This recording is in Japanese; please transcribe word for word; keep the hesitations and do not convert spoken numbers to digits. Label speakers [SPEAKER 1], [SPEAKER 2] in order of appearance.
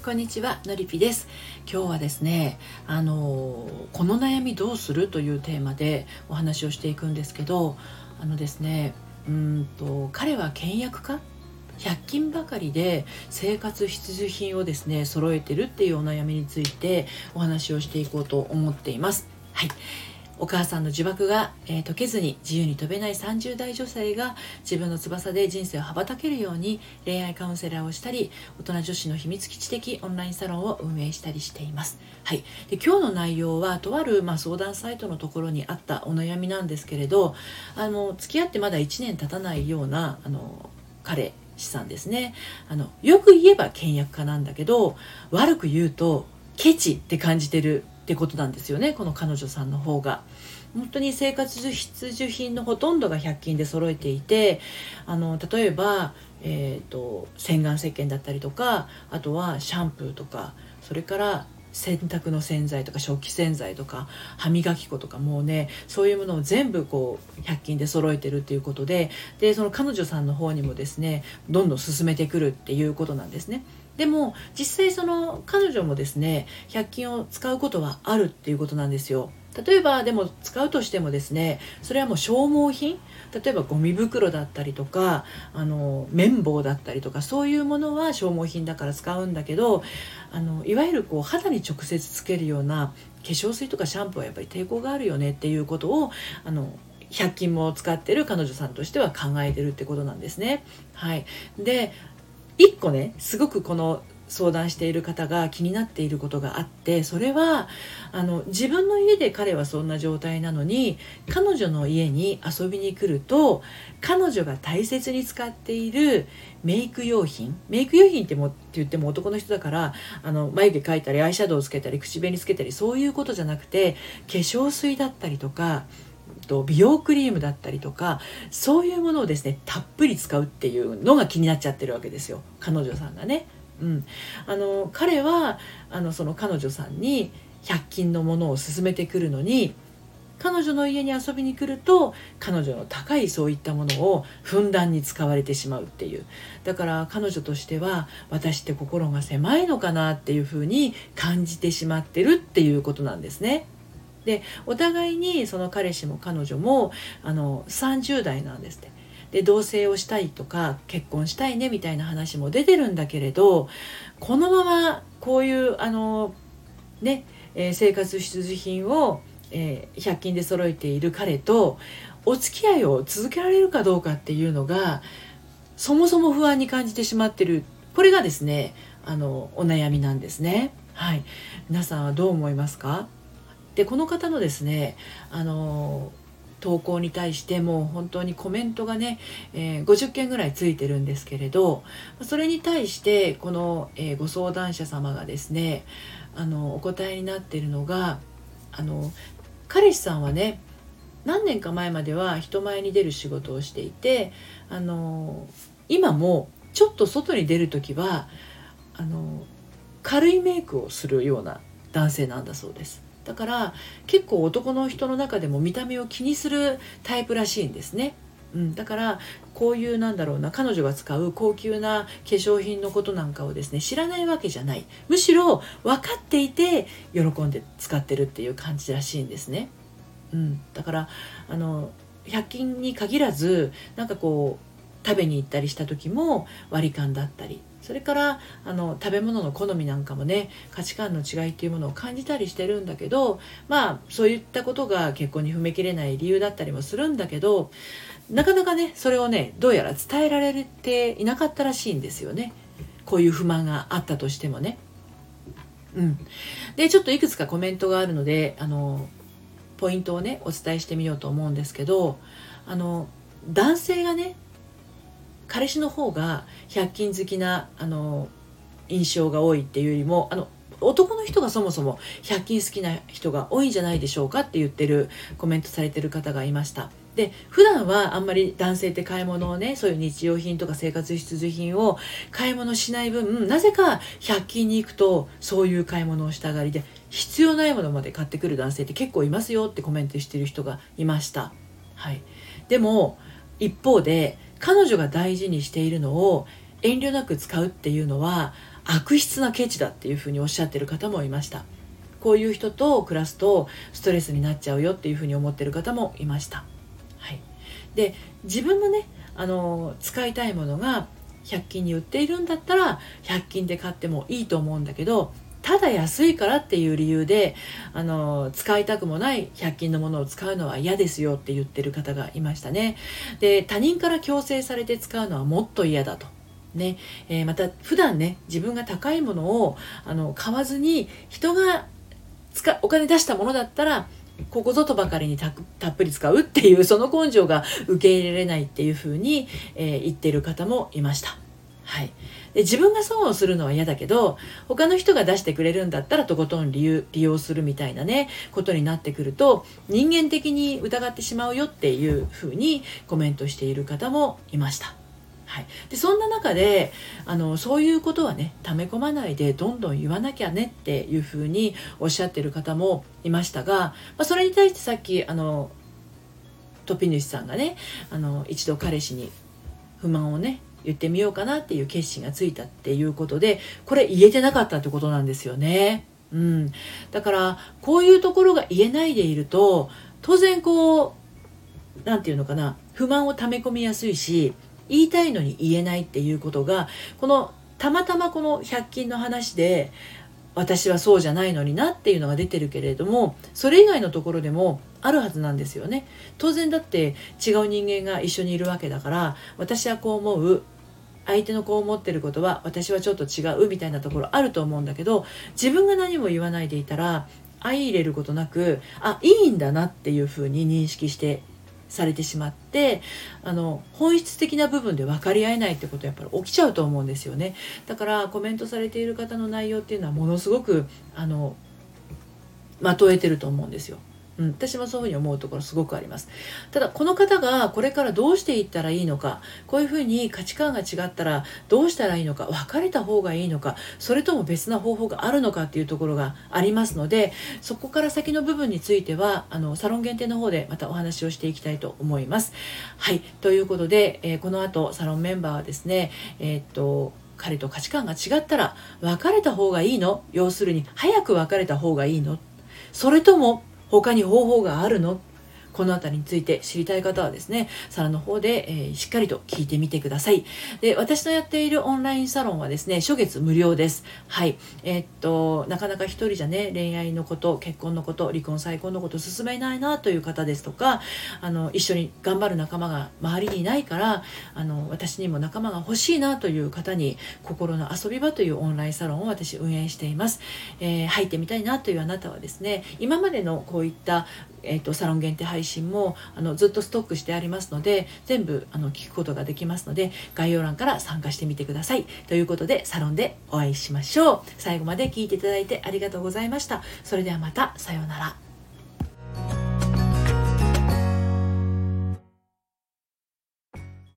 [SPEAKER 1] こんにちは、のりぴです。今日はですね、あのこの悩みどうするというテーマでお話をしていくんですけど、あのですね、うんと彼は倹約家、ひゃく均ばかりで生活必需品をですね揃えてるっていうお悩みについてお話をしていこうと思っています。はい。お母さんの呪縛が、えー、解けずに自由に飛べないさんじゅう代女性が自分の翼で人生を羽ばたけるように恋愛カウンセラーをしたり、大人女子の秘密基地的オンラインサロンを運営したりしています。はい。で、今日の内容はとある、まあ、相談サイトのところにあったお悩みなんですけれど、あの付き合ってまだいちねん経たないようなあの彼氏さんですね。あのよく言えば倹約家なんだけど、悪く言うとケチって感じてるってことなんですよね。この彼女さんの方が本当に生活必需品のほとんどがひゃく均で揃えていて、あの例えば、えーと、洗顔石鹸だったりとか、あとはシャンプーとか、それから洗濯の洗剤とか食器洗剤とか歯磨き粉とか、もうねそういうものを全部こうひゃく均で揃えてるっていうことで、でその彼女さんの方にもですねどんどん進めてくるっていうことなんですね。でも実際その彼女もですねひゃく均を使うことはあるっていうことなんですよ。例えばでも使うとしてもですね、それはもう消耗品、例えばゴミ袋だったりとか、あの綿棒だったりとか、そういうものは消耗品だから使うんだけど、あのいわゆるこう肌に直接つけるような化粧水とかシャンプーはやっぱり抵抗があるよねっていうことを、あのひゃく均も使ってる彼女さんとしては考えてるってことなんですね。はい。で一個ね、すごくこの相談している方が気になっていることがあって、それはあの自分の家で彼はそんな状態なのに、彼女の家に遊びに来ると彼女が大切に使っているメイク用品、メイク用品ってもって言っても男の人だから、あの眉毛描いたりアイシャドウつけたり口紅つけたりそういうことじゃなくて、化粧水だったりとか美容クリームだったりとか、そういうものをですねたっぷり使うっていうのが気になっちゃってるわけですよ、彼女さんがね。うん、あの彼はあのその彼女さんにひゃく均のものを勧めてくるのに、彼女の家に遊びに来ると彼女の高いそういったものをふんだんに使われてしまうっていう。だから彼女としては、私って心が狭いのかなっていうふうに感じてしまってるっていうことなんですね。でお互いにその彼氏も彼女もあのさんじゅう代なんですって。で同棲をしたいとか結婚したいねみたいな話も出てるんだけれど、このままこういうあのね、えー生活必需品を、えーひゃく均で揃えている彼とお付き合いを続けられるかどうかっていうのがそもそも不安に感じてしまってる。これがですねあのお悩みなんですね。はい。皆さんはどう思いますか？でこの方のですねあの投稿に対しても本当にコメントがね、えー、ごじゅっけんぐらいついてるんですけれど、それに対してこの、えーご相談者様がですねあのお答えになっているのが、あの彼氏さんはね何年か前までは人前に出る仕事をしていて、あの今もちょっと外に出る時はあの軽いメイクをするような男性なんだそうです。だから結構男の人の中でも見た目を気にするタイプらしいんですね。うん、だからこういうなんだろうな、彼女が使う高級な化粧品のことなんかをですね知らないわけじゃない、むしろ分かっていて喜んで使ってるっていう感じらしいんですね。うん、だからあのひゃく均に限らず、なんかこう食べに行ったりした時も割り勘だったり、それからあの食べ物の好みなんかもね価値観の違いっていうものを感じたりしてるんだけど、まあそういったことが結婚に踏み切れない理由だったりもするんだけど、なかなかねそれをねどうやら伝えられていなかったらしいんですよね。こういう不満があったとしてもね。うん、でちょっといくつかコメントがあるので、あのポイントをねお伝えしてみようと思うんですけど、あの男性がね彼氏の方がひゃく均好きなあの印象が多いっていうよりも、あの男の人がそもそもひゃく均好きな人が多いんじゃないでしょうかって言ってるコメントされてる方がいました。で普段はあんまり男性って買い物をね、そういう日用品とか生活必需品を買い物しない分、なぜかひゃく均に行くとそういう買い物をしたがりで、必要ないものまで買ってくる男性って結構いますよってコメントしてる人がいました。はい。でも一方で彼女が大事にしているのを遠慮なく使うっていうのは悪質なケチだっていうふうにおっしゃってる方もいました。こういう人と暮らすとストレスになっちゃうよっていうふうに思ってる方もいました。はい、で自分のねあの使いたいものがひゃく均に売っているんだったらひゃく均で買ってもいいと思うんだけど、ただ安いからっていう理由であの使いたくもないひゃく均のものを使うのは嫌ですよって言ってる方がいましたね。で他人から強制されて使うのはもっと嫌だとね。えー、また普段ね自分が高いものをあの買わずに人が使お金出したものだったらここぞとばかりに た, たっぷり使うっていうその根性が受け入れられないっていうふうに、えー、言ってる方もいました。はい、で自分が損をするのは嫌だけど他の人が出してくれるんだったらとことん利用、利用するみたいなねことになってくると人間的に疑ってしまうよっていうふうにコメントしている方もいました。はい、でそんな中であのそういうことはね溜め込まないでどんどん言わなきゃねっていうふうにおっしゃってる方もいましたが、まあ、それに対してさっきあのトピ主さんがねあの一度彼氏に不満をね言ってみようかなっていう決心がついたっていうことで、これ言えてなかったってことなんですよね。うん、だからこういうところが言えないでいると当然こうなんていうのかな不満を溜め込みやすいし言いたいのに言えないっていうことがこのたまたまこのひゃく均の話で私はそうじゃないのになっていうのが出てるけれどもそれ以外のところでもあるはずなんですよね。当然だって違う人間が一緒にいるわけだから私はこう思う相手のこう思ってることは私はちょっと違うみたいなところあると思うんだけど自分が何も言わないでいたら相入れることなくあいいんだなっていうふうに認識してされてしまってあの本質的な部分で分かり合えないってことはやっぱり起きちゃうと思うんですよね。だからコメントされている方の内容っていうのはものすごくあのまとえてると思うんですよ。うん、私もそういうふうに思うところすごくあります。ただこの方がこれからどうしていったらいいのか、こういうふうに価値観が違ったらどうしたらいいのか、別れた方がいいのか、それとも別な方法があるのかっていうところがありますので、そこから先の部分についてはあのサロン限定の方でまたお話をしていきたいと思います。はい、ということで、えー、この後サロンメンバーはですね、えー、っと彼と価値観が違ったら別れた方がいいの？要するに早く別れた方がいいの？それとも他に方法があるの？このあたりについて知りたい方はですね、サロンの方で、えー、しっかりと聞いてみてください。で、私のやっているオンラインサロンはですね、初月無料です。はい。えー、っと、なかなか一人じゃね、恋愛のこと、結婚のこと、離婚再婚のこと進めないなという方ですとか、あの、一緒に頑張る仲間が周りにいないから、あの、私にも仲間が欲しいなという方に、心の遊び場というオンラインサロンを私運営しています。えー、入ってみたいなというあなたはですね、今までのこういったえー、とサロン限定配信もあのずっとストックしてありますので全部あの聞くことができますので概要欄から参加してみてください。ということでサロンでお会いしましょう。最後まで聞いていただいてありがとうございました。それではまたさようなら。